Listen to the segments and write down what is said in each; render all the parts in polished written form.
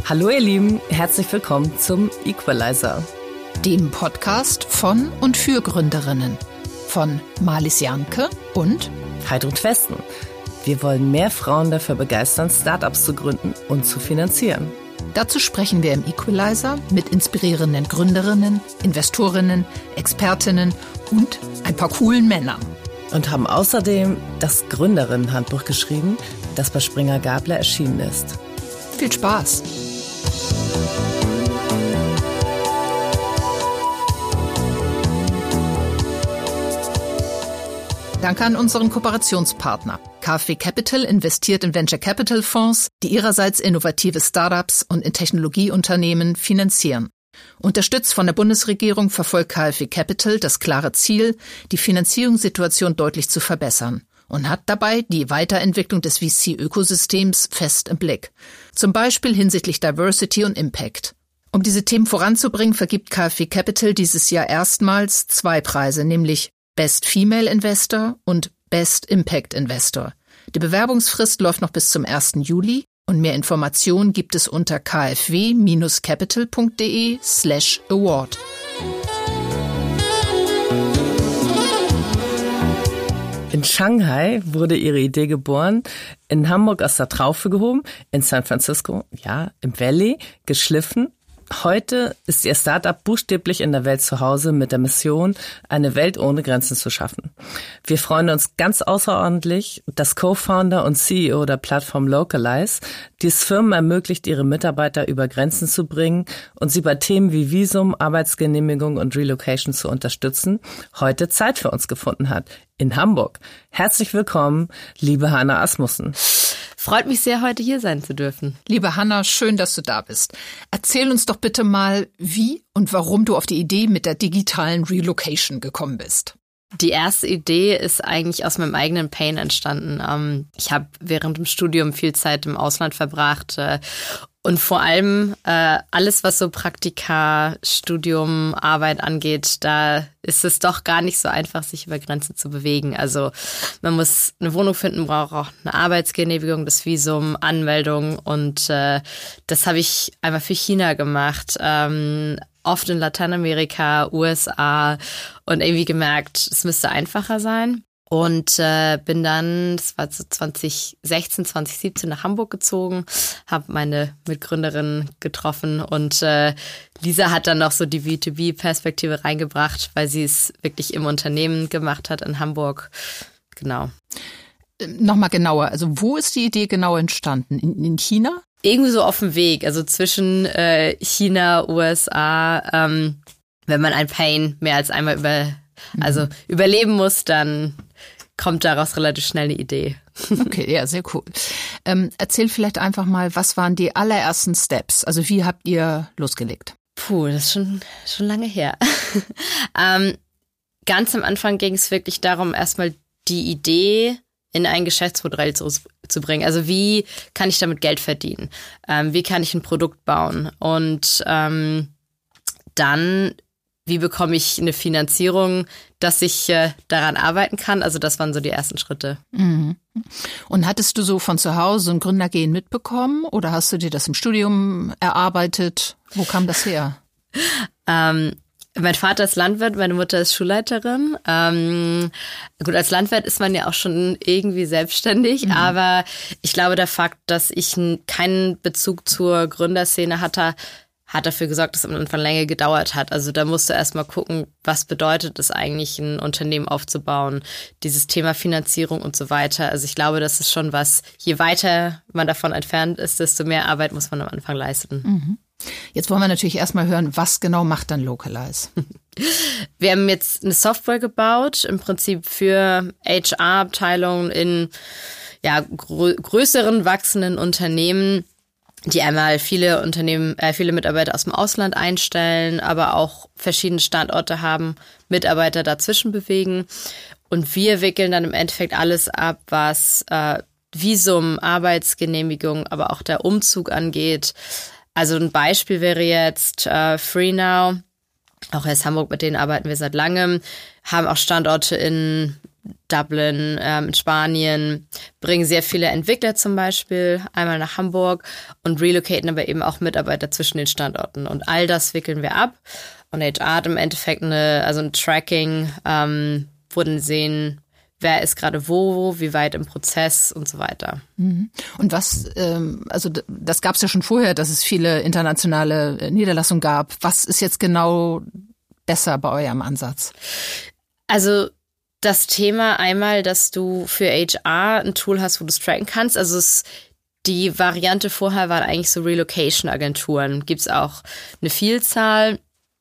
Hallo ihr Lieben, herzlich willkommen zum Equalizer. Dem Podcast von und für Gründerinnen. Von Marlies Janke und Heidrun Festen. Wir wollen mehr Frauen dafür begeistern, Startups zu gründen und zu finanzieren. Dazu sprechen wir im Equalizer mit inspirierenden Gründerinnen, Investorinnen, Expertinnen und ein paar coolen Männern. Und haben außerdem das Gründerinnenhandbuch geschrieben, das bei Springer Gabler erschienen ist. Viel Spaß! Danke an unseren Kooperationspartner. KfW Capital investiert in Venture Capital Fonds, die ihrerseits innovative Startups und in Technologieunternehmen finanzieren. Unterstützt von der Bundesregierung verfolgt KfW Capital das klare Ziel, die Finanzierungssituation deutlich zu verbessern und hat dabei die Weiterentwicklung des VC-Ökosystems fest im Blick. Zum Beispiel hinsichtlich Diversity und Impact. Um diese Themen voranzubringen, vergibt KfW Capital dieses Jahr erstmals 2 Preise, nämlich Best Female Investor und Best Impact Investor. Die Bewerbungsfrist läuft noch bis zum 1. Juli und mehr Informationen gibt es unter kfw-capital.de/award. In Shanghai wurde ihre Idee geboren, in Hamburg aus der Traufe gehoben, in San Francisco, ja, im Valley, geschliffen. Heute ist ihr Startup buchstäblich in der Welt zu Hause mit der Mission, eine Welt ohne Grenzen zu schaffen. Wir freuen uns ganz außerordentlich, dass Co-Founder und CEO der Plattform Localize dies Firmen ermöglicht, ihre Mitarbeiter über Grenzen zu bringen und sie bei Themen wie Visum, Arbeitsgenehmigung und Relocation zu unterstützen, heute Zeit für uns gefunden hat. In Hamburg. Herzlich willkommen, liebe Hanna Asmussen. Freut mich sehr, heute hier sein zu dürfen. Liebe Hanna, schön, dass du da bist. Erzähl uns doch bitte mal, wie und warum du auf die Idee mit der digitalen Relocation gekommen bist. Die erste Idee ist eigentlich aus meinem eigenen Pain entstanden. Ich habe während dem Studium viel Zeit im Ausland verbracht und vor allem alles, was so Praktika, Studium, Arbeit angeht, da ist es doch gar nicht so einfach, sich über Grenzen zu bewegen. Also man muss eine Wohnung finden, braucht auch eine Arbeitsgenehmigung, das Visum, Anmeldung und das habe ich einfach für China gemacht. Oft in Lateinamerika, USA und irgendwie gemerkt, es müsste einfacher sein. Und bin dann, das war so 2016, 2017 nach Hamburg gezogen, habe meine Mitgründerin getroffen und Lisa hat dann noch so die B2B-Perspektive reingebracht, weil sie es wirklich im Unternehmen gemacht hat in Hamburg. Genau. Nochmal genauer, also wo ist die Idee genau entstanden? In China? Irgendwie so auf dem Weg, also zwischen China, USA. Wenn man ein Pain mehr als einmal überleben muss, dann kommt daraus relativ schnell eine Idee. Okay, ja, sehr cool. Erzähl vielleicht einfach mal, was waren die allerersten Steps? Also wie habt ihr losgelegt? Puh, das ist schon lange her. Ganz am Anfang ging es wirklich darum, erstmal die Idee in ein Geschäftsmodell zu bringen. Also wie kann ich damit Geld verdienen? Wie kann ich ein Produkt bauen? Und dann, wie bekomme ich eine Finanzierung, dass ich daran arbeiten kann? Also das waren so die ersten Schritte. Mhm. Und hattest du so von zu Hause ein Gründergehen mitbekommen oder hast du dir das im Studium erarbeitet? Wo kam das her? Mein Vater ist Landwirt, meine Mutter ist Schulleiterin. Gut, als Landwirt ist man ja auch schon irgendwie selbstständig, aber ich glaube, der Fakt, dass ich keinen Bezug zur Gründerszene hatte, hat dafür gesorgt, dass es am Anfang länger gedauert hat. Also da musst du erstmal gucken, was bedeutet es eigentlich, ein Unternehmen aufzubauen, dieses Thema Finanzierung und so weiter. Also ich glaube, das ist schon was, je weiter man davon entfernt ist, desto mehr Arbeit muss man am Anfang leisten. Mhm. Jetzt wollen wir natürlich erstmal hören, was genau macht dann Localize? Wir haben jetzt eine Software gebaut, im Prinzip für HR-Abteilungen in größeren, wachsenden Unternehmen, die einmal viele Mitarbeiter aus dem Ausland einstellen, aber auch verschiedene Standorte haben, Mitarbeiter dazwischen bewegen. Und wir wickeln dann im Endeffekt alles ab, was Visum, Arbeitsgenehmigung, aber auch der Umzug angeht. Also ein Beispiel wäre jetzt FreeNow, auch aus Hamburg, mit denen arbeiten wir seit langem, haben auch Standorte in Dublin, in Spanien, bringen sehr viele Entwickler zum Beispiel einmal nach Hamburg und relocaten aber eben auch Mitarbeiter zwischen den Standorten. Und all das wickeln wir ab. Und HR hat im Endeffekt ein Tracking, wo dann sehen, wer ist gerade wo, wie weit im Prozess und so weiter. Und was, also das gab es ja schon vorher, dass es viele internationale Niederlassungen gab. Was ist jetzt genau besser bei eurem Ansatz? Also das Thema einmal, dass du für HR ein Tool hast, wo du es tracken kannst. Also die Variante vorher war eigentlich so Relocation-Agenturen. Gibt es auch eine Vielzahl.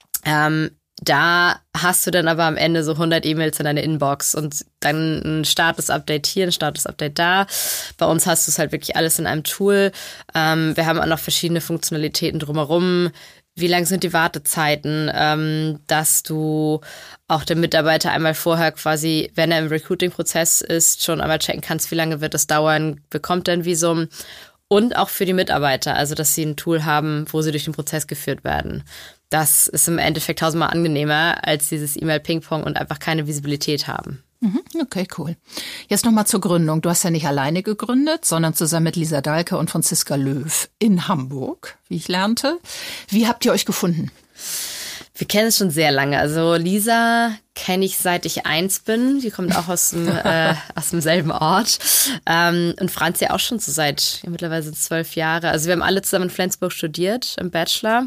Da hast du dann aber am Ende so 100 E-Mails in deiner Inbox und dann ein Status-Update hier, ein Status-Update da. Bei uns hast du es halt wirklich alles in einem Tool. Wir haben auch noch verschiedene Funktionalitäten drumherum. Wie lang sind die Wartezeiten, dass du auch den Mitarbeiter einmal vorher quasi, wenn er im Recruiting-Prozess ist, schon einmal checken kannst, wie lange wird das dauern, bekommt er ein Visum. Und auch für die Mitarbeiter, also dass sie ein Tool haben, wo sie durch den Prozess geführt werden. Das ist im Endeffekt tausendmal angenehmer als dieses E-Mail-Ping-Pong und einfach keine Visibilität haben. Okay, cool. Jetzt nochmal zur Gründung. Du hast ja nicht alleine gegründet, sondern zusammen mit Lisa Dahlke und Franziska Löw in Hamburg, wie ich lernte. Wie habt ihr euch gefunden? Wir kennen es schon sehr lange. Also Lisa kenne ich, seit ich 1 bin. Die kommt auch aus demselben Ort. Und Franzi auch schon so seit mittlerweile 12 Jahre. Also wir haben alle zusammen in Flensburg studiert, im Bachelor.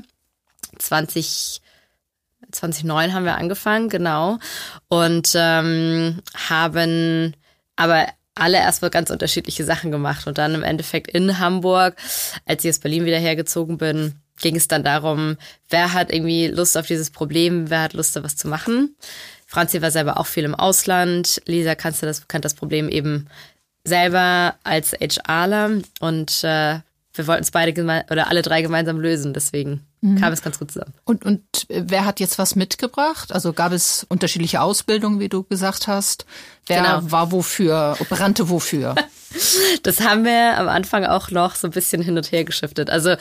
2009 haben wir angefangen, genau. Und haben aber alle erstmal ganz unterschiedliche Sachen gemacht. Und dann im Endeffekt in Hamburg, als ich aus Berlin wieder hergezogen bin, ging es dann darum, wer hat irgendwie Lust auf dieses Problem, wer hat Lust, da was zu machen. Franzi war selber auch viel im Ausland. Lisa kennt das Problem eben selber als HRler. Und wir wollten es alle 3 gemeinsam lösen. Deswegen kam es ganz gut zusammen. Und wer hat jetzt was mitgebracht? Also gab es unterschiedliche Ausbildungen, wie du gesagt hast? Wer war wofür, brannte wofür? Das haben wir am Anfang auch noch so ein bisschen hin und her geschiftet. Also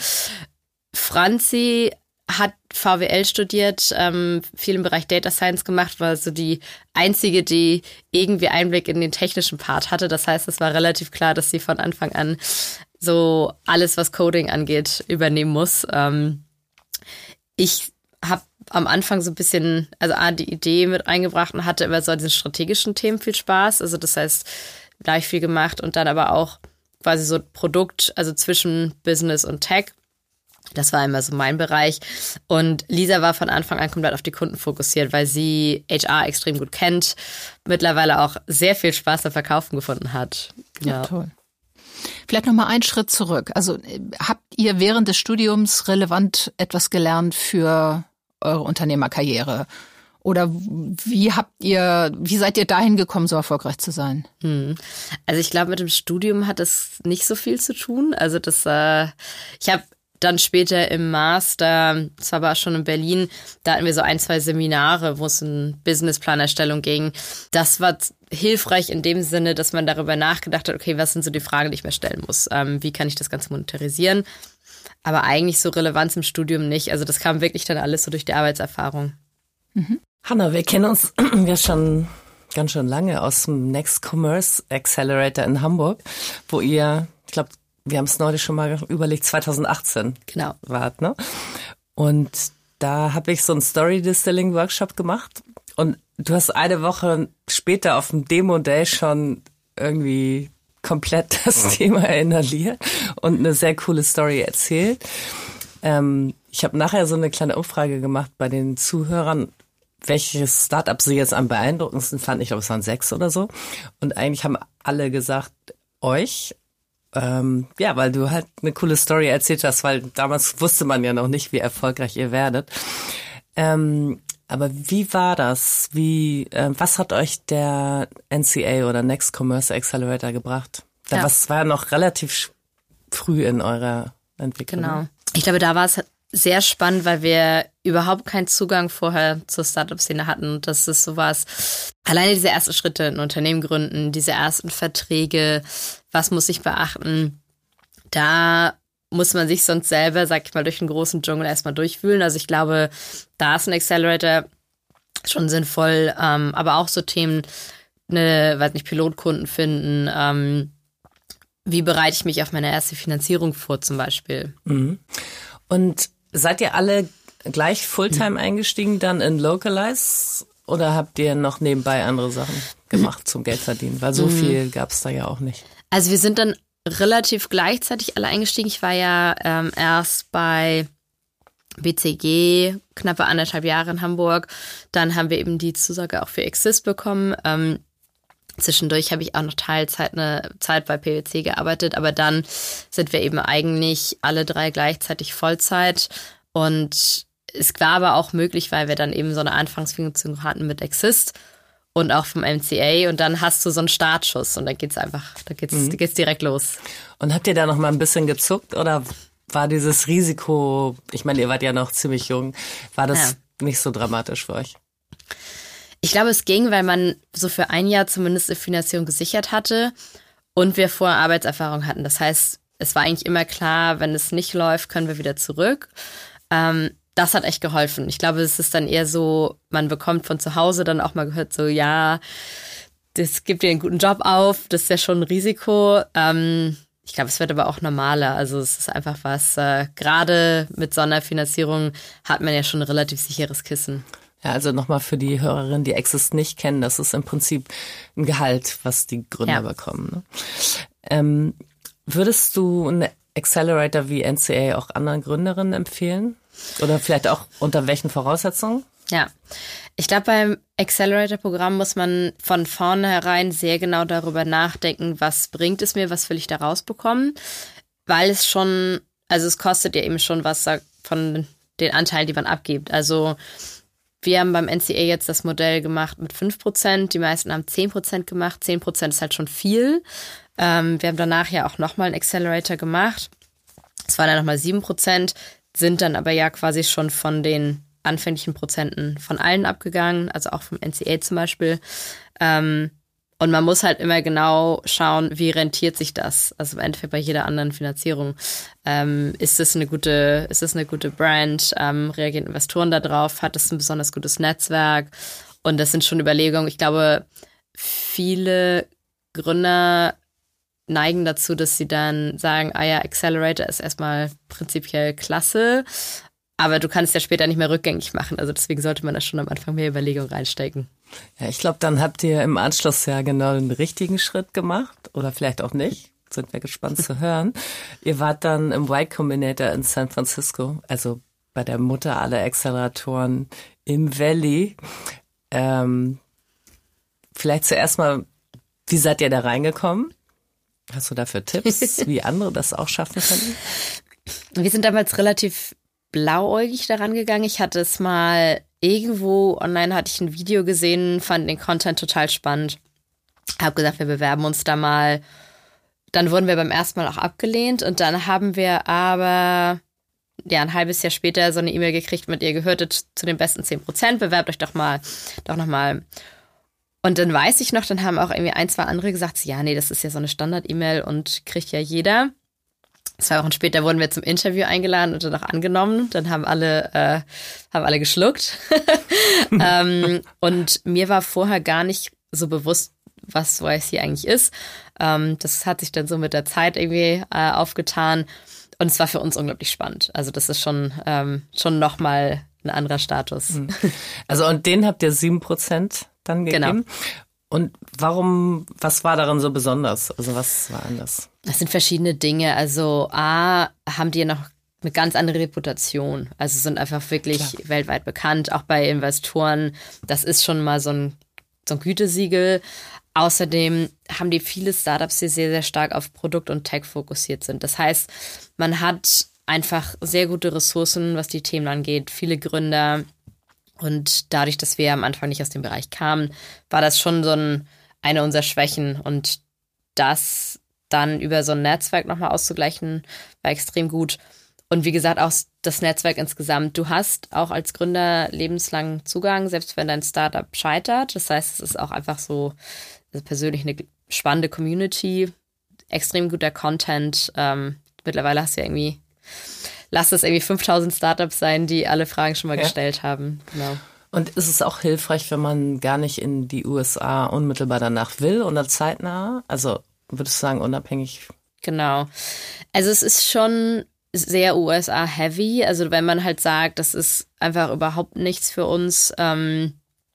Franzi hat VWL studiert, viel im Bereich Data Science gemacht, war so die einzige, die irgendwie Einblick in den technischen Part hatte. Das heißt, es war relativ klar, dass sie von Anfang an so alles, was Coding angeht, übernehmen muss. Ich habe am Anfang so ein bisschen, also die Idee mit eingebracht und hatte immer so an diesen strategischen Themen viel Spaß. Also das heißt, gleich viel gemacht und dann aber auch quasi so Produkt, also zwischen Business und Tech. Das war immer so mein Bereich. Und Lisa war von Anfang an komplett auf die Kunden fokussiert, weil sie HR extrem gut kennt, mittlerweile auch sehr viel Spaß am Verkaufen gefunden hat. Ja, toll. Vielleicht noch mal einen Schritt zurück. Also habt ihr während des Studiums relevant etwas gelernt für eure Unternehmerkarriere? Oder wie seid ihr dahin gekommen, so erfolgreich zu sein? Also ich glaube, mit dem Studium hat es nicht so viel zu tun. Also ich habe dann später im Master, das war aber schon in Berlin, da hatten wir so 1, 2 Seminare, wo es um Businessplanerstellung ging. Das war hilfreich in dem Sinne, dass man darüber nachgedacht hat, okay, was sind so die Fragen, die ich mir stellen muss? Wie kann ich das Ganze monetarisieren? Aber eigentlich so Relevanz im Studium nicht. Also das kam wirklich dann alles so durch die Arbeitserfahrung. Hanna, wir kennen uns ja schon ganz schön lange aus dem Next Commerce Accelerator in Hamburg, wo ihr, ich glaube, wir haben es neulich schon mal überlegt, 2018 wart, ne? Und da habe ich so einen Story-Distilling-Workshop gemacht und du hast eine Woche später auf dem Demo-Day schon irgendwie komplett das Thema inhaliert und eine sehr coole Story erzählt. Ich habe nachher so eine kleine Umfrage gemacht bei den Zuhörern, welches Startup sie jetzt am beeindruckendsten fanden. Ich glaube, es waren 6 oder so. Und eigentlich haben alle gesagt, euch. Weil du halt eine coole Story erzählt hast, weil damals wusste man ja noch nicht, wie erfolgreich ihr werdet. Aber wie war das? Was hat euch der NCA oder Next Commerce Accelerator gebracht? Das war ja noch relativ früh in eurer Entwicklung. Genau. Ich glaube, da war es sehr spannend, weil wir überhaupt keinen Zugang vorher zur Startup-Szene hatten. Und das ist sowas, alleine diese ersten Schritte in Unternehmen gründen, diese ersten Verträge, was muss ich beachten? Da muss man sich sonst selber, sag ich mal, durch den großen Dschungel erstmal durchwühlen. Also ich glaube, da ist ein Accelerator schon sinnvoll, aber auch so Themen Pilotkunden finden, wie bereite ich mich auf meine erste Finanzierung vor zum Beispiel. Mhm. Und seid ihr alle gleich Fulltime eingestiegen dann in Localize oder habt ihr noch nebenbei andere Sachen gemacht zum Geldverdienen? Weil so viel gab es da ja auch nicht. Also wir sind dann relativ gleichzeitig alle eingestiegen. Ich war ja erst bei BCG knappe 1,5 Jahre in Hamburg. Dann haben wir eben die Zusage auch für Exist bekommen. Zwischendurch habe ich auch noch Teilzeit eine Zeit bei PwC gearbeitet, aber dann sind wir eben eigentlich alle 3 gleichzeitig Vollzeit und es war aber auch möglich, weil wir dann eben so eine Anfangsfinanzierung hatten mit Exist und auch vom MCA und dann hast du so einen Startschuss und dann geht's direkt los. Und habt ihr da noch mal ein bisschen gezuckt oder war dieses Risiko, ich meine, ihr wart ja noch ziemlich jung, war das nicht so dramatisch für euch? Ich glaube, es ging, weil man so für ein Jahr zumindest eine Finanzierung gesichert hatte und wir vorher Arbeitserfahrung hatten. Das heißt, es war eigentlich immer klar, wenn es nicht läuft, können wir wieder zurück. Das hat echt geholfen. Ich glaube, es ist dann eher so, man bekommt von zu Hause dann auch mal gehört, so ja, das gibt dir einen guten Job auf, das ist ja schon ein Risiko. Ich glaube, es wird aber auch normaler. Also es ist einfach was, gerade mit so einer Finanzierung hat man ja schon ein relativ sicheres Kissen. Ja, also nochmal für die Hörerinnen, die Exist nicht kennen, das ist im Prinzip ein Gehalt, was die Gründer bekommen. Ne? Würdest du einen Accelerator wie NCA auch anderen Gründerinnen empfehlen? Oder vielleicht auch unter welchen Voraussetzungen? Ja, ich glaube, beim Accelerator-Programm muss man von vornherein sehr genau darüber nachdenken, was bringt es mir, was will ich da rausbekommen, weil es schon, also es kostet ja eben schon was von den Anteilen, die man abgibt. Also wir haben beim NCA jetzt das Modell gemacht mit 5%, die meisten haben 10% gemacht, 10% ist halt schon viel. Wir haben danach ja auch nochmal einen Accelerator gemacht, es waren dann nochmal 7%, sind dann aber ja quasi schon von den anfänglichen Prozenten von allen abgegangen, also auch vom NCA zum Beispiel. Und man muss halt immer genau schauen, wie rentiert sich das? Also im Endeffekt bei jeder anderen Finanzierung. Ist es eine gute Brand? Reagieren Investoren da drauf? Hat es ein besonders gutes Netzwerk? Und das sind schon Überlegungen. Ich glaube, viele Gründer neigen dazu, dass sie dann sagen, Accelerator ist erstmal prinzipiell klasse, aber du kannst ja später nicht mehr rückgängig machen. Also deswegen sollte man da schon am Anfang mehr Überlegung reinstecken. Ja, ich glaube, dann habt ihr im Anschluss ja genau den richtigen Schritt gemacht oder vielleicht auch nicht. Sind wir gespannt zu hören. Ihr wart dann im Y Combinator in San Francisco, also bei der Mutter aller Acceleratoren im Valley. Vielleicht zuerst mal, wie seid ihr da reingekommen? Hast du dafür Tipps, wie andere das auch schaffen können? Wir sind damals relativ blauäugig daran gegangen. Ich hatte es mal irgendwo online, hatte ich ein Video gesehen, fand den Content total spannend. Hab gesagt, wir bewerben uns da mal. Dann wurden wir beim ersten Mal auch abgelehnt und dann haben wir aber ein halbes Jahr später so eine E-Mail gekriegt mit, ihr gehörtet zu den besten 10%, bewerbt euch doch nochmal. Und dann weiß ich noch, dann haben auch irgendwie 1, 2 andere gesagt, ja, nee, das ist ja so eine Standard-E-Mail und kriegt ja jeder. 2 Wochen später wurden wir zum Interview eingeladen und dann auch angenommen. Dann haben alle geschluckt. Und mir war vorher gar nicht so bewusst, was YC eigentlich ist. Das hat sich dann so mit der Zeit irgendwie aufgetan. Und es war für uns unglaublich spannend. Also das ist schon nochmal ein anderer Status. Also und den habt ihr 7% dann gegeben? Genau. Und was war daran so besonders? Also was war anders? Das sind verschiedene Dinge. Also haben die ja noch eine ganz andere Reputation. Also sind einfach wirklich weltweit bekannt, auch bei Investoren. Das ist schon mal so ein Gütesiegel. Außerdem haben die viele Startups, die sehr, sehr stark auf Produkt und Tech fokussiert sind. Das heißt, man hat einfach sehr gute Ressourcen, was die Themen angeht, viele Gründer. Und dadurch, dass wir am Anfang nicht aus dem Bereich kamen, war das schon eine unserer Schwächen. Und das dann über so ein Netzwerk nochmal auszugleichen, war extrem gut. Und wie gesagt, auch das Netzwerk insgesamt. Du hast auch als Gründer lebenslangen Zugang, selbst wenn dein Startup scheitert. Das heißt, es ist auch einfach so persönlich eine spannende Community, extrem guter Content. Mittlerweile hast du ja lass es irgendwie 5000 Startups sein, die alle Fragen schon mal gestellt haben. Genau. Und ist es auch hilfreich, wenn man gar nicht in die USA unmittelbar danach will oder zeitnah? Also würdest du sagen, unabhängig? Genau. Also es ist schon sehr USA-heavy. Also wenn man halt sagt, das ist einfach überhaupt nichts für uns, dann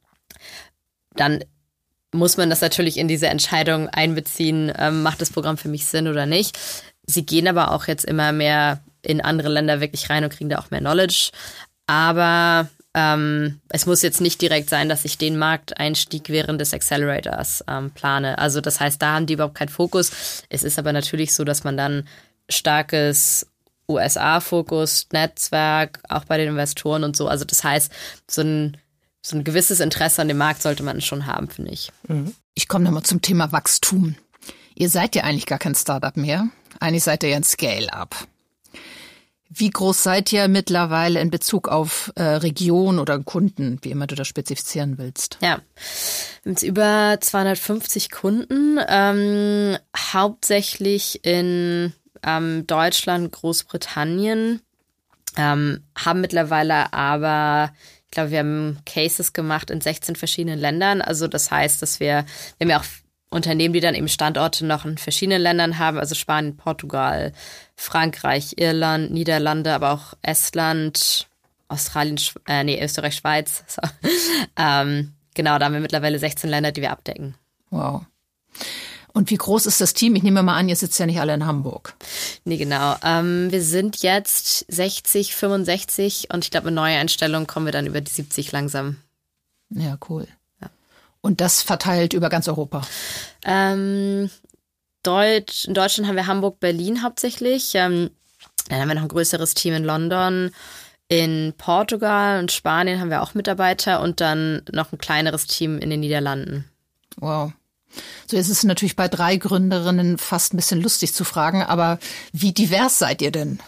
muss man das natürlich in diese Entscheidung einbeziehen, macht das Programm für mich Sinn oder nicht. Sie gehen aber auch jetzt immer mehr in andere Länder wirklich rein und kriegen da auch mehr Knowledge. Aber es muss jetzt nicht direkt sein, dass ich den Markteinstieg während des Accelerators plane. Also das heißt, da haben die überhaupt keinen Fokus. Es ist aber natürlich so, dass man dann starkes USA-Fokus, Netzwerk, auch bei den Investoren und so. Also das heißt, so ein gewisses Interesse an dem Markt sollte man schon haben, finde ich. Ich komme nochmal zum Thema Wachstum. Ihr seid ja eigentlich gar kein Startup mehr. Eigentlich seid ihr ja ein Scale-up. Wie groß seid ihr mittlerweile in Bezug auf Region oder Kunden, wie immer du das spezifizieren willst? Ja, wir haben jetzt über 250 Kunden, hauptsächlich in Deutschland, Großbritannien, haben mittlerweile aber, ich glaube, wir haben Cases gemacht in 16 verschiedenen Ländern. Also das heißt, dass wir haben ja auch Unternehmen, die dann eben Standorte noch in verschiedenen Ländern haben, also Spanien, Portugal, Frankreich, Irland, Niederlande, aber auch Estland, Australien, Österreich, Schweiz. So. Genau, da haben wir mittlerweile 16 Länder, die wir abdecken. Wow. Und wie groß ist das Team? Ich nehme mal an, ihr sitzt ja nicht alle in Hamburg. Nee, genau. Wir sind jetzt 60, 65 und ich glaube, mit Neueinstellungen kommen wir dann über die 70 langsam. Ja, cool. Und das verteilt über ganz Europa? In Deutschland haben wir Hamburg, Berlin hauptsächlich. Dann haben wir noch ein größeres Team in London. In Portugal und Spanien haben wir auch Mitarbeiter und dann noch ein kleineres Team in den Niederlanden. Wow. So, jetzt ist es natürlich bei 3 Gründerinnen fast ein bisschen lustig zu fragen, aber wie divers seid ihr denn?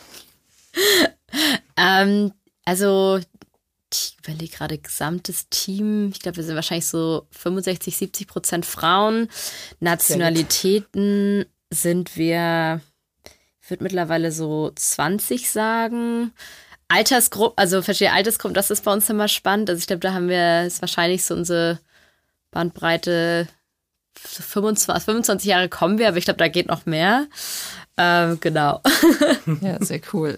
Also ich überlege gerade, gesamtes Team. Ich glaube, wir sind wahrscheinlich so 65-70% Frauen. Nationalitäten sind wir, ich würde mittlerweile so 20 sagen. Altersgruppe, also verschiedene Altersgruppen, das ist bei uns immer spannend. Also ich glaube, da haben wir, ist wahrscheinlich so unsere Bandbreite, 25 Jahre kommen wir, aber ich glaube, da geht noch mehr. Genau. Ja, sehr cool.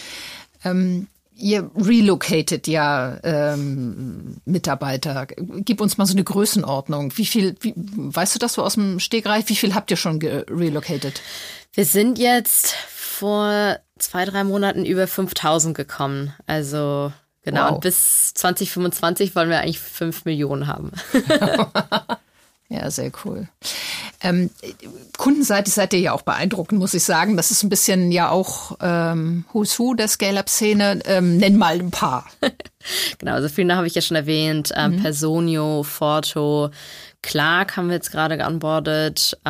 Ihr relocated ja Mitarbeiter. Gib uns mal so eine Größenordnung. Weißt du das so aus dem Stegreif? Wie viel habt ihr schon relocated? Wir sind jetzt vor 2-3 Monaten über 5.000 gekommen. Also genau, wow. Und bis 2025 wollen wir eigentlich 5 Millionen haben. Ja, sehr cool. Kundenseitig seid ihr ja auch beeindruckend, muss ich sagen. Das ist ein bisschen ja auch Who's Who der Scale-Up-Szene. Nenn mal ein paar. Genau, also viele habe ich ja schon erwähnt. Personio, Forto, Clark haben wir jetzt gerade geonboardet.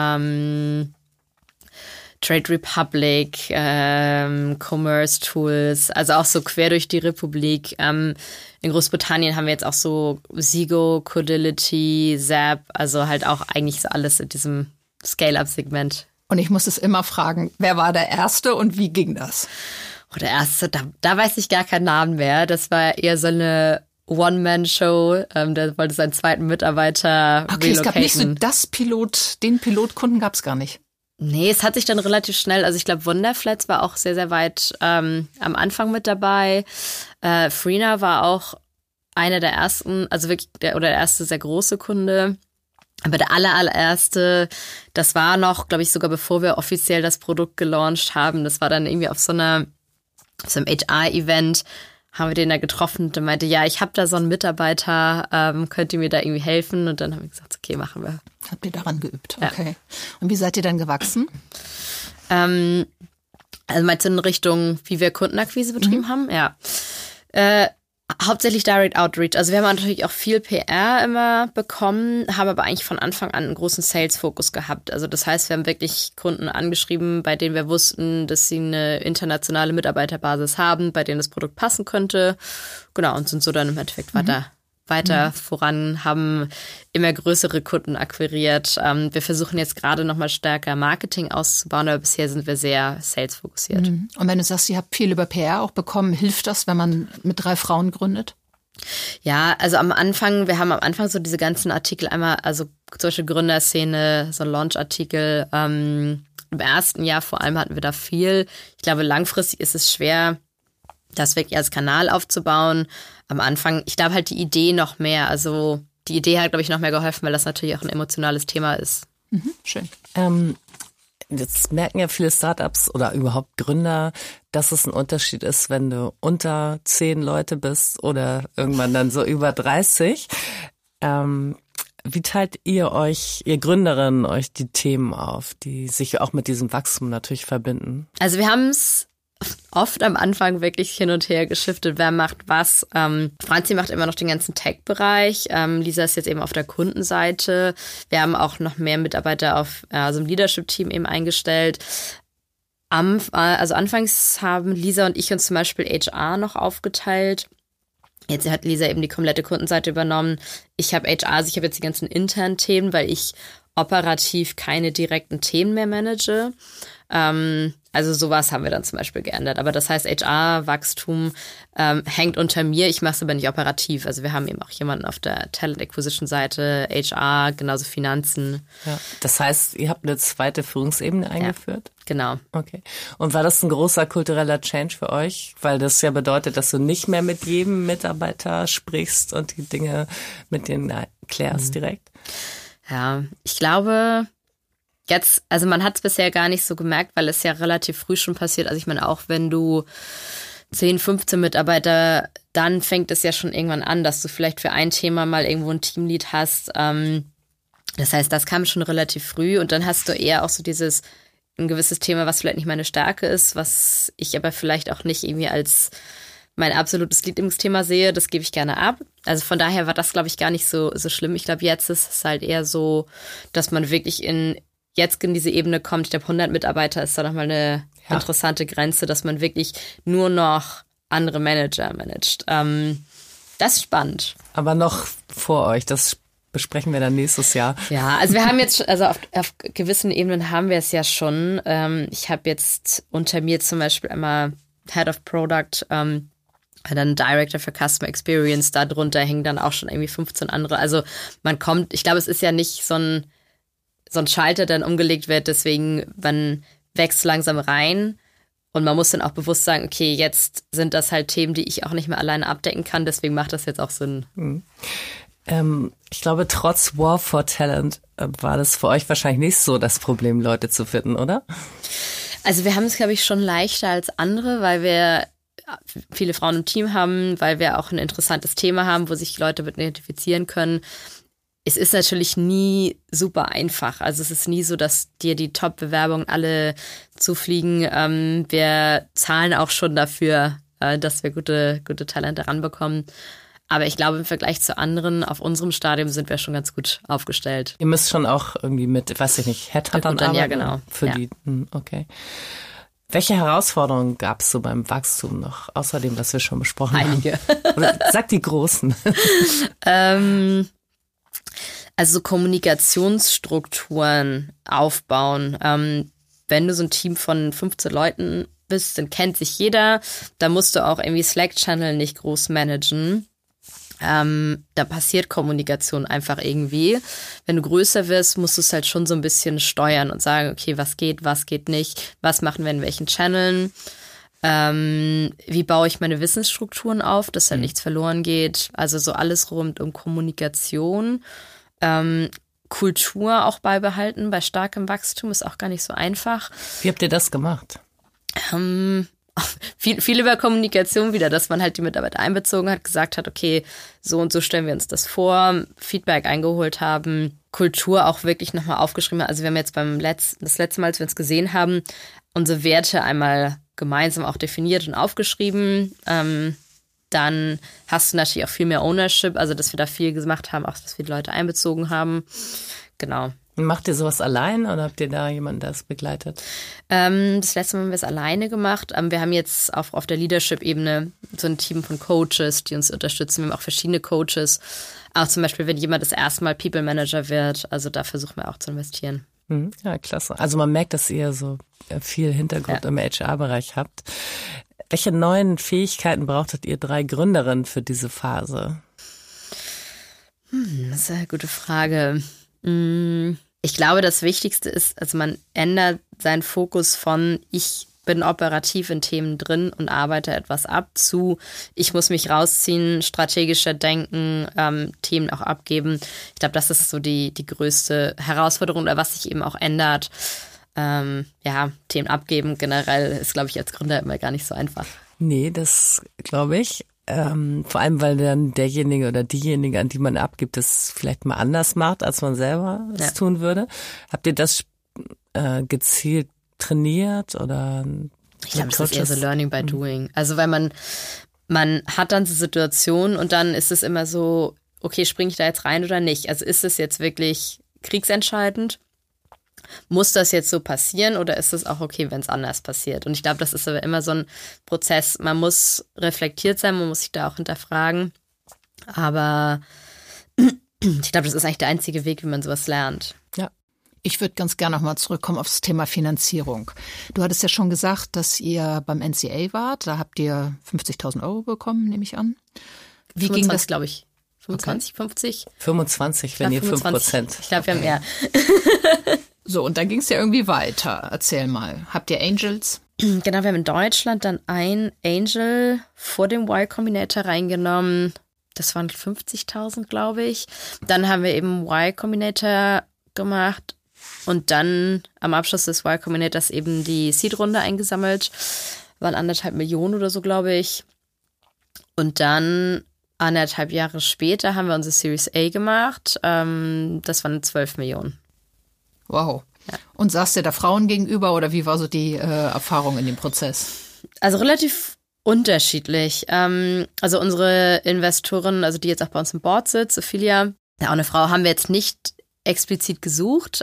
Trade Republic, Commerce Tools, also auch so quer durch die Republik. In Großbritannien haben wir jetzt auch so Zego, Codility, Zap, also halt auch eigentlich so alles in diesem Scale-Up-Segment. Und ich muss es immer fragen, wer war der Erste und wie ging das? Oh, der Erste, da weiß ich gar keinen Namen mehr. Das war eher so eine One-Man-Show. Der wollte seinen zweiten Mitarbeiter relocaten. Es gab nicht so den Pilotkunden gab es gar nicht. Nee, es hat sich dann relativ schnell, also ich glaube Wonderflats war auch sehr, sehr weit am Anfang mit dabei. Freener war auch einer der ersten, also wirklich der erste sehr große Kunde. Aber der allererste, das war noch, glaube ich, sogar bevor wir offiziell das Produkt gelauncht haben. Das war dann irgendwie auf so einem HR-Event, haben wir den da getroffen und der meinte, ja, ich habe da so einen Mitarbeiter, könnt ihr mir da irgendwie helfen? Und dann haben wir gesagt, okay, machen wir. Habt ihr daran geübt, okay. Ja. Und wie seid ihr dann gewachsen? Also meinst du in Richtung, wie wir Kundenakquise betrieben haben? Ja. Hauptsächlich Direct Outreach. Also wir haben natürlich auch viel PR immer bekommen, haben aber eigentlich von Anfang an einen großen Sales-Fokus gehabt. Also das heißt, wir haben wirklich Kunden angeschrieben, bei denen wir wussten, dass sie eine internationale Mitarbeiterbasis haben, bei denen das Produkt passen könnte. Genau, und sind so dann im Endeffekt weiter voran, haben immer größere Kunden akquiriert. Wir versuchen jetzt gerade nochmal stärker Marketing auszubauen, aber bisher sind wir sehr sales-fokussiert. Und wenn du sagst, ihr habt viel über PR auch bekommen, hilft das, wenn man mit 3 Frauen gründet? Ja, also wir haben am Anfang so diese ganzen Artikel einmal, also zum Beispiel Gründerszene, so Launch-Artikel. Im ersten Jahr vor allem hatten wir da viel. Ich glaube, langfristig ist es schwer, das wirklich als Kanal aufzubauen. Am Anfang, ich glaube halt die Idee noch mehr. Also die Idee hat, glaube ich, noch mehr geholfen, weil das natürlich auch ein emotionales Thema ist. Schön. Jetzt merken ja viele Startups oder überhaupt Gründer, dass es ein Unterschied ist, wenn du unter 10 Leute bist oder irgendwann dann so über 30. Wie teilt ihr Gründerinnen, euch die Themen auf, die sich auch mit diesem Wachstum natürlich verbinden? Also wir haben es oft am Anfang wirklich hin und her geschiftet, wer macht was. Franzi macht immer noch den ganzen Tech-Bereich. Lisa ist jetzt eben auf der Kundenseite. Wir haben auch noch mehr Mitarbeiter auf so einem Leadership-Team eben eingestellt. Also anfangs haben Lisa und ich uns zum Beispiel HR noch aufgeteilt. Jetzt hat Lisa eben die komplette Kundenseite übernommen. Ich habe HR, also ich habe jetzt die ganzen internen Themen, weil ich operativ keine direkten Themen mehr manage. Also sowas haben wir dann zum Beispiel geändert. Aber das heißt, HR-Wachstum hängt unter mir. Ich mache es aber nicht operativ. Also wir haben eben auch jemanden auf der Talent-Acquisition-Seite, HR, genauso Finanzen. Ja, das heißt, ihr habt eine zweite Führungsebene eingeführt? Ja, genau. Okay. Und war das ein großer kultureller Change für euch? Weil das ja bedeutet, dass du nicht mehr mit jedem Mitarbeiter sprichst und die Dinge mit denen klärst direkt? Ja, ich glaube... Jetzt, also man hat es bisher gar nicht so gemerkt, weil es ja relativ früh schon passiert. Also ich meine, auch wenn du 10, 15 Mitarbeiter, dann fängt es ja schon irgendwann an, dass du vielleicht für ein Thema mal irgendwo ein Teamlead hast. Das heißt, das kam schon relativ früh und dann hast du eher auch so ein gewisses Thema, was vielleicht nicht meine Stärke ist, was ich aber vielleicht auch nicht irgendwie als mein absolutes Lieblingsthema sehe. Das gebe ich gerne ab. Also von daher war das, glaube ich, gar nicht so schlimm. Ich glaube, jetzt ist es halt eher so, dass man wirklich jetzt in diese Ebene kommt. Ich glaube, 100 Mitarbeiter ist da nochmal eine interessante Grenze, dass man wirklich nur noch andere Manager managt. Das ist spannend. Aber noch vor euch, das besprechen wir dann nächstes Jahr. Ja, also wir haben jetzt, also auf gewissen Ebenen haben wir es ja schon. Ich habe jetzt unter mir zum Beispiel einmal Head of Product, dann Director für Customer Experience, darunter hängen dann auch schon irgendwie 15 andere. Also man kommt, ich glaube, es ist ja nicht so ein Schalter dann umgelegt wird, deswegen man wächst langsam rein und man muss dann auch bewusst sagen, okay, jetzt sind das halt Themen, die ich auch nicht mehr alleine abdecken kann, deswegen macht das jetzt auch Sinn. Ich glaube, trotz War for Talent war das für euch wahrscheinlich nicht so das Problem, Leute zu finden, oder? Also wir haben es, glaube ich, schon leichter als andere, weil wir viele Frauen im Team haben, weil wir auch ein interessantes Thema haben, wo sich Leute mit identifizieren können. Es ist natürlich nie super einfach. Also es ist nie so, dass dir die Top-Bewerbungen alle zufliegen. Wir zahlen auch schon dafür, dass wir gute Talente ranbekommen. Aber ich glaube, im Vergleich zu anderen auf unserem Stadium sind wir schon ganz gut aufgestellt. Ihr müsst schon auch irgendwie mit, weiß ich nicht, Headhuntern arbeiten? Ja, genau. Okay. Welche Herausforderungen gab es so beim Wachstum noch, außer dem, was wir schon besprochen Einige. haben? Sag die großen. Also Kommunikationsstrukturen aufbauen. Wenn du so ein Team von 15 Leuten bist, dann kennt sich jeder. Da musst du auch irgendwie Slack-Channel nicht groß managen. Da passiert Kommunikation einfach irgendwie. Wenn du größer wirst, musst du es halt schon so ein bisschen steuern und sagen, okay, was geht nicht, was machen wir in welchen Channeln. Wie baue ich meine Wissensstrukturen auf, dass halt nichts verloren geht. Also so alles rund um Kommunikation. Kultur auch beibehalten bei starkem Wachstum ist auch gar nicht so einfach. Wie habt ihr das gemacht? Viel über Kommunikation wieder, dass man halt die Mitarbeiter einbezogen hat, gesagt hat, okay, so und so stellen wir uns das vor, Feedback eingeholt haben, Kultur auch wirklich nochmal aufgeschrieben. Also wir haben jetzt das letzte Mal, als wir uns gesehen haben, unsere Werte einmal gemeinsam auch definiert und aufgeschrieben. Dann hast du natürlich auch viel mehr Ownership, also dass wir da viel gemacht haben, auch dass wir die Leute einbezogen haben. Genau. Macht ihr sowas allein oder habt ihr da jemanden, der das begleitet? Das letzte Mal haben wir es alleine gemacht. Wir haben jetzt auf der Leadership-Ebene so ein Team von Coaches, die uns unterstützen. Wir haben auch verschiedene Coaches. Auch zum Beispiel, wenn jemand das erste Mal People Manager wird. Also da versuchen wir auch zu investieren. Ja, klasse. Also man merkt, dass ihr so viel Hintergrund im HR-Bereich habt. Welche neuen Fähigkeiten brauchtet ihr 3 Gründerinnen für diese Phase? Das ist eine gute Frage. Ich glaube, das Wichtigste ist, also man ändert seinen Fokus von ich bin operativ in Themen drin und arbeite etwas ab zu ich muss mich rausziehen, strategischer denken, Themen auch abgeben. Ich glaube, das ist so die größte Herausforderung oder was sich eben auch ändert. Themen abgeben generell ist, glaube ich, als Gründer immer gar nicht so einfach. Nee, das glaube ich. Vor allem, weil dann derjenige oder diejenige, an die man abgibt, das vielleicht mal anders macht, als man selber es tun würde. Habt ihr das gezielt trainiert oder? Ich glaube, das ist eher so Learning by Doing. Also weil man hat dann so Situationen und dann ist es immer so, okay, springe ich da jetzt rein oder nicht? Also ist es jetzt wirklich kriegsentscheidend? Muss das jetzt so passieren oder ist es auch okay, wenn es anders passiert? Und ich glaube, das ist aber immer so ein Prozess. Man muss reflektiert sein, man muss sich da auch hinterfragen. Aber ich glaube, das ist eigentlich der einzige Weg, wie man sowas lernt. Ja. Ich würde ganz gerne nochmal zurückkommen auf das Thema Finanzierung. Du hattest ja schon gesagt, dass ihr beim NCA wart. Da habt ihr 50.000 € bekommen, nehme ich an. Wie 25, ging das, glaube ich? 25, okay. 50? 25, wenn ihr 5%. Ich glaube, wir haben mehr. So, und dann ging es ja irgendwie weiter. Erzähl mal. Habt ihr Angels? Genau, wir haben in Deutschland dann ein Angel vor dem Y Combinator reingenommen. Das waren 50.000, glaube ich. Dann haben wir eben Y Combinator gemacht und dann am Abschluss des Y Combinators eben die Seed-Runde eingesammelt. Waren 1,5 Millionen oder so, glaube ich. Und dann 1,5 Jahre später haben wir unsere Series A gemacht. Das waren 12 Millionen. Wow. Ja. Und saßt ihr da Frauen gegenüber oder wie war so die Erfahrung in dem Prozess? Also relativ unterschiedlich. Also unsere Investorin, also die jetzt auch bei uns im Board sitzt, Ophelia, ja, auch eine Frau, haben wir jetzt nicht explizit gesucht.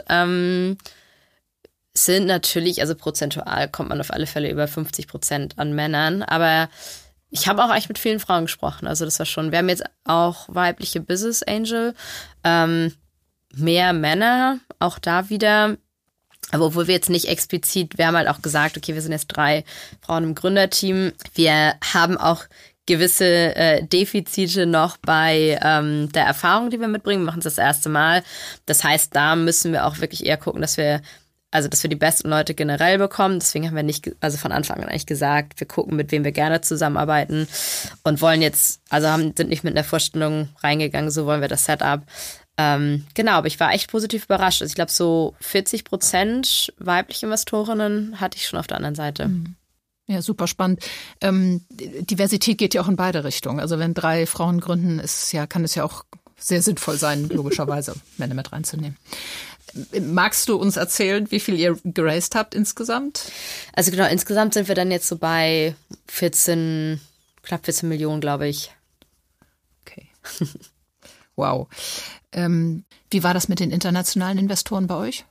Sind natürlich, also prozentual kommt man auf alle Fälle über 50% an Männern, aber ich habe auch eigentlich mit vielen Frauen gesprochen. Also das war schon, wir haben jetzt auch weibliche Business Angel, mehr Männer, auch da wieder. Aber obwohl wir jetzt nicht explizit, wir haben halt auch gesagt, okay, wir sind jetzt 3 Frauen im Gründerteam. Wir haben auch gewisse Defizite noch bei der Erfahrung, die wir mitbringen. Wir machen es das erste Mal. Das heißt, da müssen wir auch wirklich eher gucken, dass wir die besten Leute generell bekommen. Deswegen haben wir nicht, also von Anfang an eigentlich gesagt, wir gucken, mit wem wir gerne zusammenarbeiten und wollen jetzt, sind nicht mit einer Vorstellung reingegangen, so wollen wir das Setup. Genau, aber ich war echt positiv überrascht. Also ich glaube, so 40% weibliche Investorinnen hatte ich schon auf der anderen Seite. Ja, super spannend. Diversität geht ja auch in beide Richtungen. Also wenn 3 Frauen gründen, kann es ja auch sehr sinnvoll sein, logischerweise Männer mit reinzunehmen. Magst du uns erzählen, wie viel ihr geraced habt insgesamt? Also genau, insgesamt sind wir dann jetzt so bei knapp 14 Millionen, glaube ich. Okay. Wow. Wie war das mit den internationalen Investoren bei euch?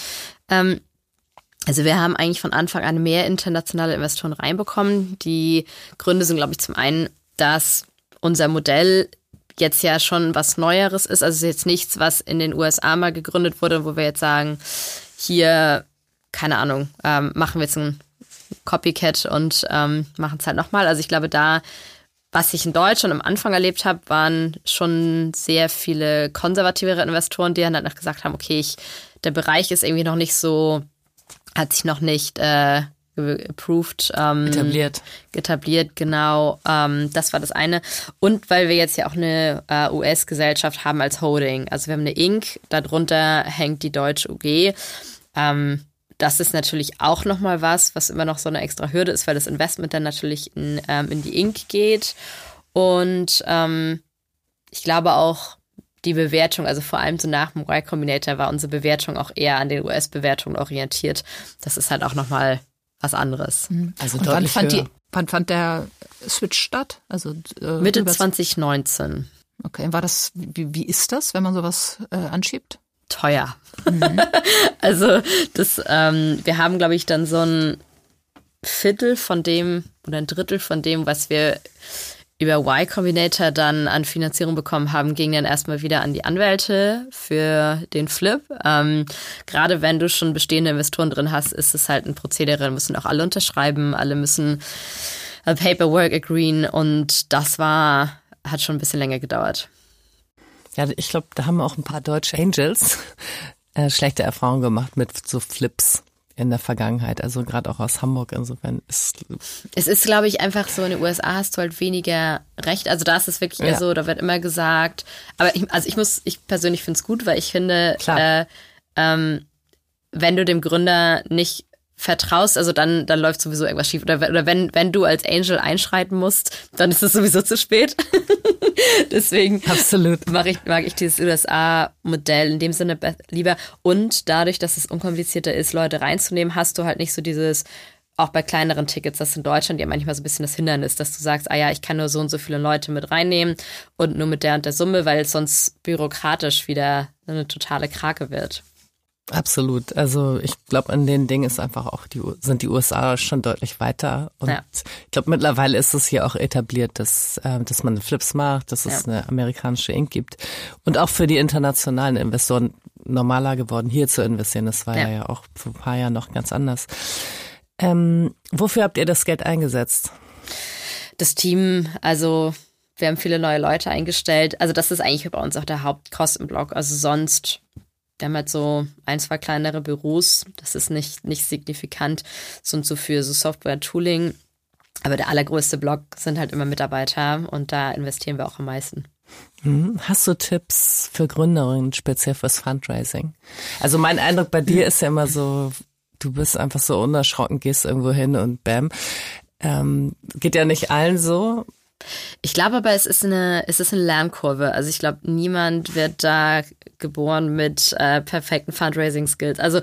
Also wir haben eigentlich von Anfang an mehr internationale Investoren reinbekommen. Die Gründe sind, glaube ich, zum einen, dass unser Modell jetzt ja schon was Neueres ist. Also es ist jetzt nichts, was in den USA mal gegründet wurde, wo wir jetzt sagen, hier, keine Ahnung, machen wir jetzt ein Copycat und machen es halt nochmal. Also ich glaube, was ich in Deutschland am Anfang erlebt habe, waren schon sehr viele konservativere Investoren, die dann halt noch gesagt haben, okay, der Bereich ist irgendwie noch nicht so, hat sich noch nicht approved. Etabliert, genau. Das war das eine. Und weil wir jetzt ja auch eine US-Gesellschaft haben als Holding. Also wir haben eine Inc., darunter hängt die deutsche UG. Das ist natürlich auch nochmal was immer noch so eine extra Hürde ist, weil das Investment dann natürlich in die Inc. geht. Und ich glaube auch die Bewertung, also vor allem so nach dem Y Combinator war unsere Bewertung auch eher an den US-Bewertungen orientiert. Das ist halt auch nochmal was anderes. Also wann fand der Switch statt? Also Mitte 2019. Okay, war das, wie ist das, wenn man sowas anschiebt? Teuer. Also wir haben, glaube ich, dann so ein Viertel von dem oder ein Drittel von dem, was wir über Y Combinator dann an Finanzierung bekommen haben, ging dann erstmal wieder an die Anwälte für den Flip. Gerade wenn du schon bestehende Investoren drin hast, ist es halt ein Prozedere, müssen auch alle unterschreiben, alle müssen Paperwork agreeen und das hat schon ein bisschen länger gedauert. Ja, ich glaube, da haben auch ein paar deutsche Angels schlechte Erfahrungen gemacht mit so Flips in der Vergangenheit, also gerade auch aus Hamburg. Insofern ist es ist, glaube ich, einfach so, in den USA hast du halt weniger Recht. Also da ist es wirklich eher so, da wird immer gesagt, aber ich persönlich finde es gut, weil ich finde, wenn du dem Gründer nicht vertraust, also dann läuft sowieso irgendwas schief. Oder wenn du als Angel einschreiten musst, dann ist es sowieso zu spät. Deswegen absolut mag ich dieses USA-Modell in dem Sinne lieber. Und dadurch, dass es unkomplizierter ist, Leute reinzunehmen, hast du halt nicht so dieses, auch bei kleineren Tickets, das in Deutschland ja manchmal so ein bisschen das Hindernis, dass du sagst, ich kann nur so und so viele Leute mit reinnehmen und nur mit der und der Summe, weil es sonst bürokratisch wieder eine totale Krake wird. Absolut. Also ich glaube, an den Dingen ist einfach auch sind die USA schon deutlich weiter. Und ich glaube, mittlerweile ist es hier auch etabliert, dass man Flips macht, dass es eine amerikanische Inc. gibt. Und auch für die internationalen Investoren normaler geworden, hier zu investieren. Das war ja auch vor ein paar Jahren noch ganz anders. Wofür habt ihr das Geld eingesetzt? Das Team, also wir haben viele neue Leute eingestellt. Also das ist eigentlich bei uns auch der Hauptkostenblock. Also sonst... Wir haben halt so 1, 2 kleinere Büros, das ist nicht signifikant, so für so Software-Tooling. Aber der allergrößte Block sind halt immer Mitarbeiter und da investieren wir auch am meisten. Hast du Tipps für Gründerinnen, speziell fürs Fundraising? Also mein Eindruck bei dir ist ja immer so, du bist einfach so unerschrocken, gehst irgendwo hin und bam. Geht ja nicht allen so. Ich glaube aber, es ist eine Lernkurve. Also ich glaube, niemand wird da geboren mit perfekten Fundraising-Skills. Also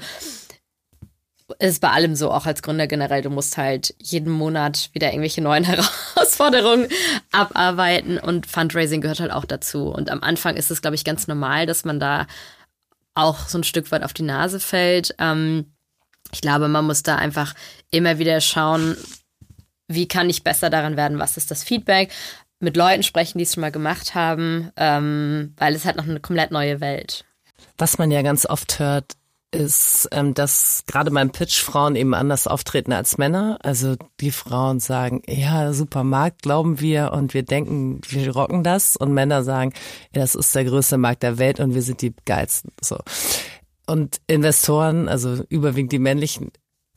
es ist bei allem so, auch als Gründer generell, du musst halt jeden Monat wieder irgendwelche neuen Herausforderungen abarbeiten und Fundraising gehört halt auch dazu. Und am Anfang ist es, glaube ich, ganz normal, dass man da auch so ein Stück weit auf die Nase fällt. Ich glaube, man muss da einfach immer wieder schauen, wie kann ich besser daran werden, was ist das Feedback, mit Leuten sprechen, die es schon mal gemacht haben, weil es halt noch eine komplett neue Welt. Was man ja ganz oft hört, ist, dass gerade beim Pitch Frauen eben anders auftreten als Männer. Also die Frauen sagen, ja, super Markt, glauben wir und wir denken, wir rocken das. Und Männer sagen, ja, das ist der größte Markt der Welt und wir sind die geilsten. So. Und Investoren, also überwiegend die männlichen,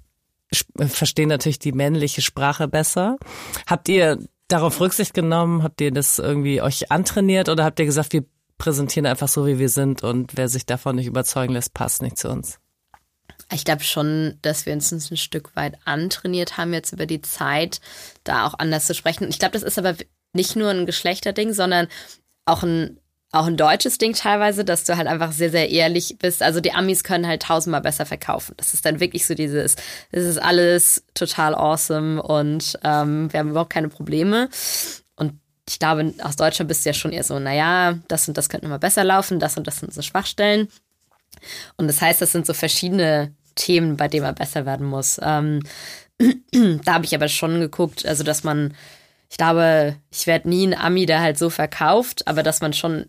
verstehen natürlich die männliche Sprache besser. Habt ihr darauf Rücksicht genommen? Habt ihr das irgendwie euch antrainiert oder habt ihr gesagt, wir präsentieren einfach so, wie wir sind und wer sich davon nicht überzeugen lässt, passt nicht zu uns? Ich glaube schon, dass wir uns ein Stück weit antrainiert haben, jetzt über die Zeit, da auch anders zu sprechen. Ich glaube, das ist aber nicht nur ein Geschlechterding, sondern auch ein deutsches Ding teilweise, dass du halt einfach sehr, sehr ehrlich bist. Also die Amis können halt 1000-mal besser verkaufen. Das ist dann wirklich so das ist alles total awesome und wir haben überhaupt keine Probleme. Und ich glaube, aus Deutschland bist du ja schon eher so, naja, das und das könnte mal besser laufen, das und das sind so Schwachstellen. Und das heißt, das sind so verschiedene Themen, bei denen man besser werden muss. Da habe ich aber schon geguckt, also dass man, ich glaube, ich werde nie ein Ami, der halt so verkauft, aber dass man schon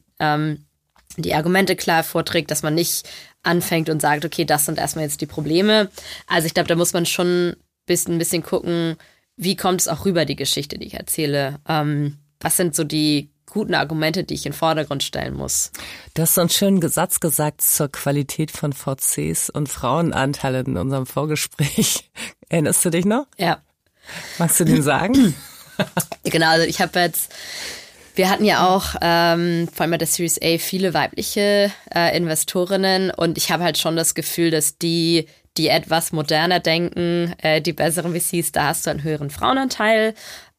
die Argumente klar vorträgt, dass man nicht anfängt und sagt, okay, das sind erstmal jetzt die Probleme. Also ich glaube, da muss man schon ein bisschen gucken, wie kommt es auch rüber, die Geschichte, die ich erzähle. Was sind so die guten Argumente, die ich in den Vordergrund stellen muss? Du hast so einen schönen Satz gesagt zur Qualität von VCs und Frauenanteile in unserem Vorgespräch. Erinnerst du dich noch? Ja. Magst du den sagen? Genau, also wir hatten ja auch vor allem bei der Series A viele weibliche Investorinnen und ich habe halt schon das Gefühl, dass die etwas moderner denken, die besseren VCs, da hast du einen höheren Frauenanteil.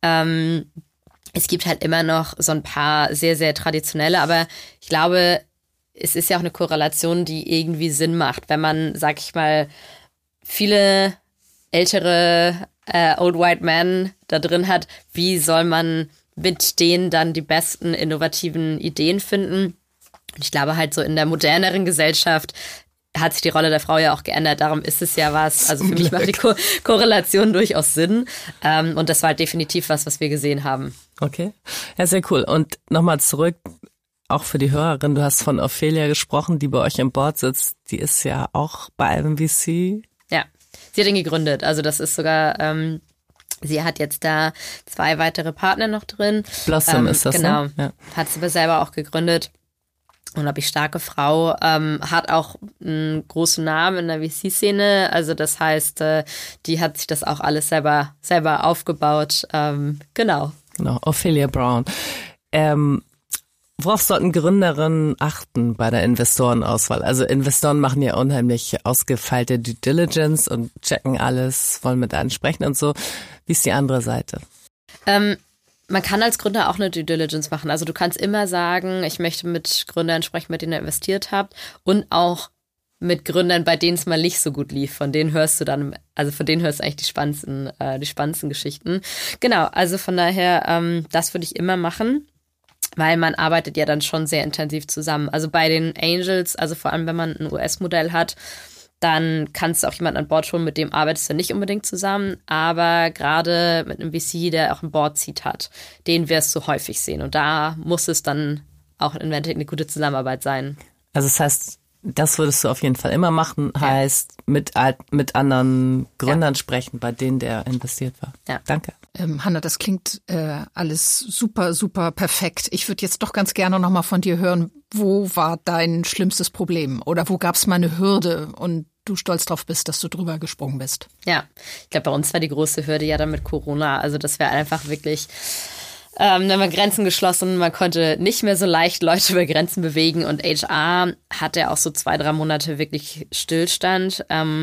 Es gibt halt immer noch so ein paar sehr, sehr traditionelle, aber ich glaube, es ist ja auch eine Korrelation, die irgendwie Sinn macht, wenn man, sag ich mal, viele ältere Old White Men da drin hat, wie soll man mit denen dann die besten innovativen Ideen finden? Und ich glaube halt so in der moderneren Gesellschaft hat sich die Rolle der Frau ja auch geändert. Darum ist es ja was, also für mich macht die Korrelation durchaus Sinn. Und das war halt definitiv was wir gesehen haben. Okay, ja, sehr cool. Und nochmal zurück, auch für die Hörerin, du hast von Ophelia gesprochen, die bei euch im Board sitzt. Die ist ja auch bei einem VC. Ja, sie hat ihn gegründet. Also das ist sogar Sie hat jetzt da 2 weitere Partner noch drin. Blossom ist das, genau, ne? Ja. Hat sie aber selber auch gegründet. Unglaublich starke Frau, hat auch einen großen Namen in der VC-Szene. Also das heißt, die hat sich das auch alles selber aufgebaut. Genau. Genau, Ophelia Brown. Worauf sollten Gründerinnen achten bei der Investorenauswahl? Also Investoren machen ja unheimlich ausgefeilte Due Diligence und checken alles, wollen mit einem sprechen und so. Wie ist die andere Seite? Man kann als Gründer auch eine Due Diligence machen. Also du kannst immer sagen, ich möchte mit Gründern sprechen, mit denen ihr investiert habt und auch mit Gründern, bei denen es mal nicht so gut lief. Von denen hörst du dann, also von denen hörst du eigentlich die spannendsten Geschichten. Genau, also von daher, das würde ich immer machen, weil man arbeitet ja dann schon sehr intensiv zusammen. Also bei den Angels, also vor allem wenn man ein US-Modell hat, dann kannst du auch jemanden an Bord holen, mit dem arbeitest du nicht unbedingt zusammen. Aber gerade mit einem VC, der auch ein Board-Seat hat, den wirst du häufig sehen. Und da muss es dann auch in Inventec eine gute Zusammenarbeit sein. Also das heißt, das würdest du auf jeden Fall immer machen, heißt mit anderen Gründern sprechen, bei denen der investiert war. Ja. Danke. Hanna, das klingt alles super, super perfekt. Ich würde jetzt doch ganz gerne noch mal von dir hören, wo war dein schlimmstes Problem oder wo gab es mal eine Hürde und du stolz drauf bist, dass du drüber gesprungen bist? Ja, ich glaube, bei uns war die große Hürde ja dann mit Corona. Also das wäre einfach wirklich, dann waren Grenzen geschlossen, man konnte nicht mehr so leicht Leute über Grenzen bewegen und HR hatte auch so 2-3 Monate wirklich Stillstand.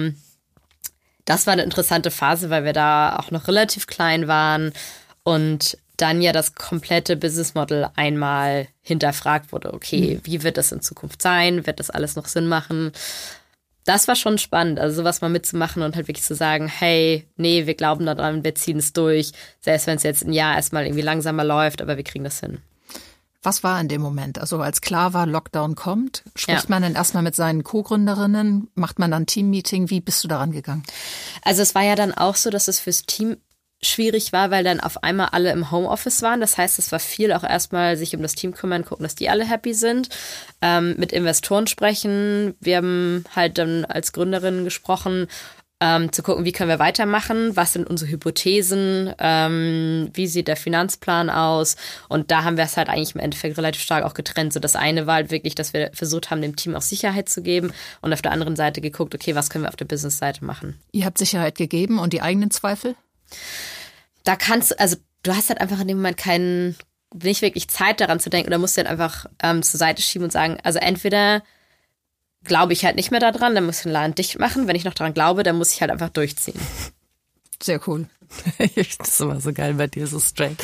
Das war eine interessante Phase, weil wir da auch noch relativ klein waren und dann ja das komplette Business Model einmal hinterfragt wurde. Okay, wie wird das in Zukunft sein? Wird das alles noch Sinn machen? Das war schon spannend, also sowas mal mitzumachen und halt wirklich zu sagen, hey, nee, wir glauben daran, wir ziehen es durch, selbst wenn es jetzt ein Jahr erstmal irgendwie langsamer läuft, aber wir kriegen das hin. Was war in dem Moment? Also als klar war, Lockdown kommt, spricht man dann erstmal mit seinen Co-Gründerinnen, macht man dann ein Team-Meeting, wie bist du daran gegangen? Also es war ja dann auch so, dass es fürs Team schwierig war, weil dann auf einmal alle im Homeoffice waren. Das heißt, es war viel auch erstmal sich um das Team kümmern, gucken, dass die alle happy sind, mit Investoren sprechen. Wir haben halt dann als Gründerinnen gesprochen, zu gucken, wie können wir weitermachen, was sind unsere Hypothesen, wie sieht der Finanzplan aus und da haben wir es halt eigentlich im Endeffekt relativ stark auch getrennt. So das eine war halt wirklich, dass wir versucht haben, dem Team auch Sicherheit zu geben und auf der anderen Seite geguckt, okay, was können wir auf der Business-Seite machen. Ihr habt Sicherheit gegeben und die eigenen Zweifel? Da also du hast halt einfach in dem Moment nicht wirklich Zeit daran zu denken oder musst du halt einfach zur Seite schieben und sagen, also entweder glaube ich halt nicht mehr daran, dann muss ich den Laden dicht machen. Wenn ich noch daran glaube, dann muss ich halt einfach durchziehen. Sehr cool. Das ist immer so geil bei dir, so straight.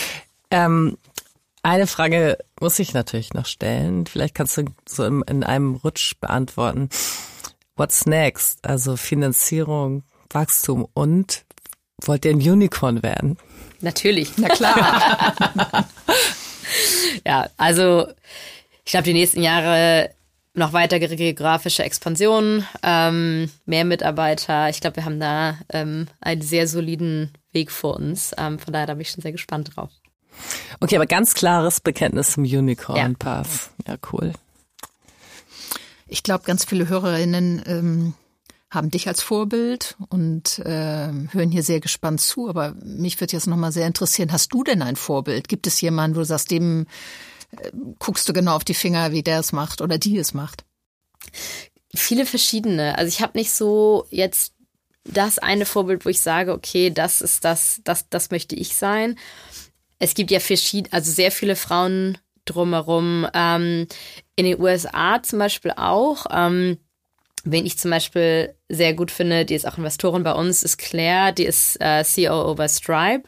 Eine Frage muss ich natürlich noch stellen. Vielleicht kannst du so in einem Rutsch beantworten. What's next? Also Finanzierung, Wachstum und wollt ihr ein Unicorn werden? Natürlich, na klar. Ja, also ich glaube, die nächsten Jahre noch weitere geografische Expansion, mehr Mitarbeiter. Ich glaube, wir haben da einen sehr soliden Weg vor uns. Von daher da bin ich schon sehr gespannt drauf. Okay, aber ganz klares Bekenntnis zum Unicorn-Path. Ja, cool. Ich glaube, ganz viele Hörerinnen haben dich als Vorbild und hören hier sehr gespannt zu. Aber mich würde jetzt nochmal sehr interessieren, hast du denn ein Vorbild? Gibt es jemanden, wo du sagst, dem guckst du genau auf die Finger, wie der es macht oder die es macht? Viele verschiedene. Also ich habe nicht so jetzt das eine Vorbild, wo ich sage, okay, das ist das möchte ich sein. Es gibt ja sehr viele Frauen drumherum. In den USA zum Beispiel auch. Wen ich zum Beispiel sehr gut finde, die ist auch Investorin bei uns, ist Claire, die ist COO bei Stripe.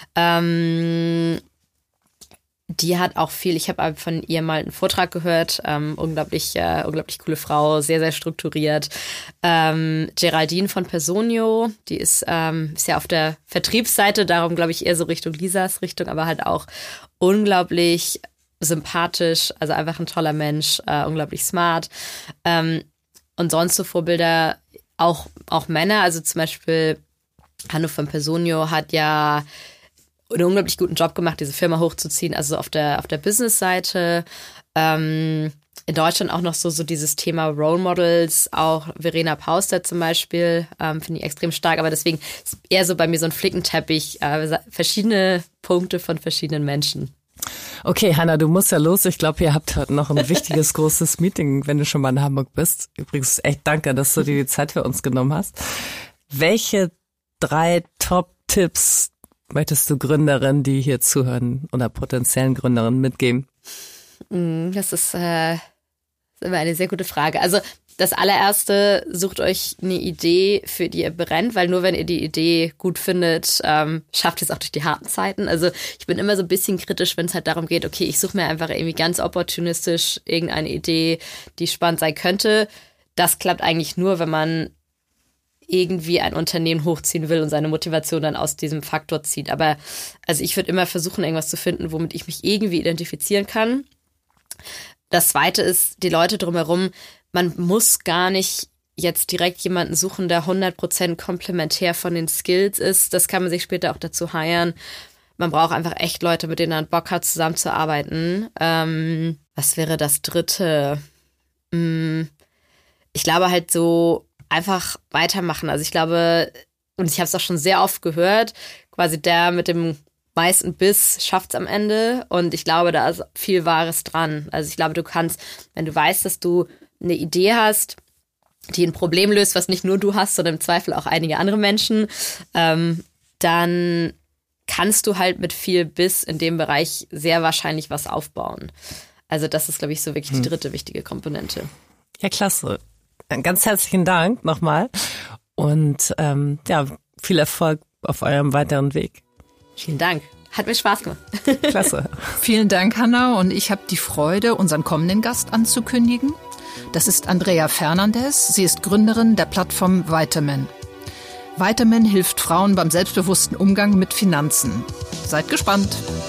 Die hat auch viel, ich habe von ihr mal einen Vortrag gehört, unglaublich coole Frau, sehr, sehr strukturiert. Geraldine von Personio, die ist ja auf der Vertriebsseite, darum glaube ich eher so Richtung Lisas Richtung, aber halt auch unglaublich sympathisch, also einfach ein toller Mensch, unglaublich smart. Und sonst so Vorbilder, auch Männer, also zum Beispiel Hanno von Personio hat ja einen unglaublich guten Job gemacht, diese Firma hochzuziehen, also auf der Business-Seite. in Deutschland auch noch so dieses Thema Role Models, auch Verena Pauster zum Beispiel, finde ich extrem stark, aber deswegen ist eher so bei mir so ein Flickenteppich, verschiedene Punkte von verschiedenen Menschen. Okay, Hanna, du musst ja los. Ich glaube, ihr habt heute noch ein wichtiges, großes Meeting, wenn du schon mal in Hamburg bist. Übrigens echt danke, dass du dir die Zeit für uns genommen hast. Welche 3 Top-Tipps möchtest du Gründerinnen, die hier zuhören oder potenziellen Gründerinnen mitgeben? Das ist immer eine sehr gute Frage. Also das allererste, sucht euch eine Idee, für die ihr brennt, weil nur wenn ihr die Idee gut findet, schafft ihr es auch durch die harten Zeiten. Also ich bin immer so ein bisschen kritisch, wenn es halt darum geht, okay, ich suche mir einfach irgendwie ganz opportunistisch irgendeine Idee, die spannend sein könnte. Das klappt eigentlich nur, wenn man irgendwie ein Unternehmen hochziehen will und seine Motivation dann aus diesem Faktor zieht. Aber also ich würde immer versuchen, irgendwas zu finden, womit ich mich irgendwie identifizieren kann. Das Zweite ist, die Leute drumherum, man muss gar nicht jetzt direkt jemanden suchen, der 100% komplementär von den Skills ist. Das kann man sich später auch dazu hiren. Man braucht einfach echt Leute, mit denen man Bock hat, zusammenzuarbeiten. Was wäre das Dritte? Ich glaube halt so einfach weitermachen. Also ich glaube, und ich habe es auch schon sehr oft gehört, quasi der mit dem meisten Biss schafft's am Ende. Und ich glaube, da ist viel Wahres dran. Also ich glaube, du kannst, wenn du weißt, dass du eine Idee hast, die ein Problem löst, was nicht nur du hast, sondern im Zweifel auch einige andere Menschen, dann kannst du halt mit viel Biss in dem Bereich sehr wahrscheinlich was aufbauen. Also das ist, glaube ich, so wirklich die dritte wichtige Komponente. Ja, klasse. Ganz herzlichen Dank nochmal und viel Erfolg auf eurem weiteren Weg. Vielen Dank. Hat mir Spaß gemacht. Klasse. Vielen Dank, Hanna. Und ich habe die Freude, unseren kommenden Gast anzukündigen. Das ist Andrea Fernandez. Sie ist Gründerin der Plattform Vitamin. Vitamin hilft Frauen beim selbstbewussten Umgang mit Finanzen. Seid gespannt.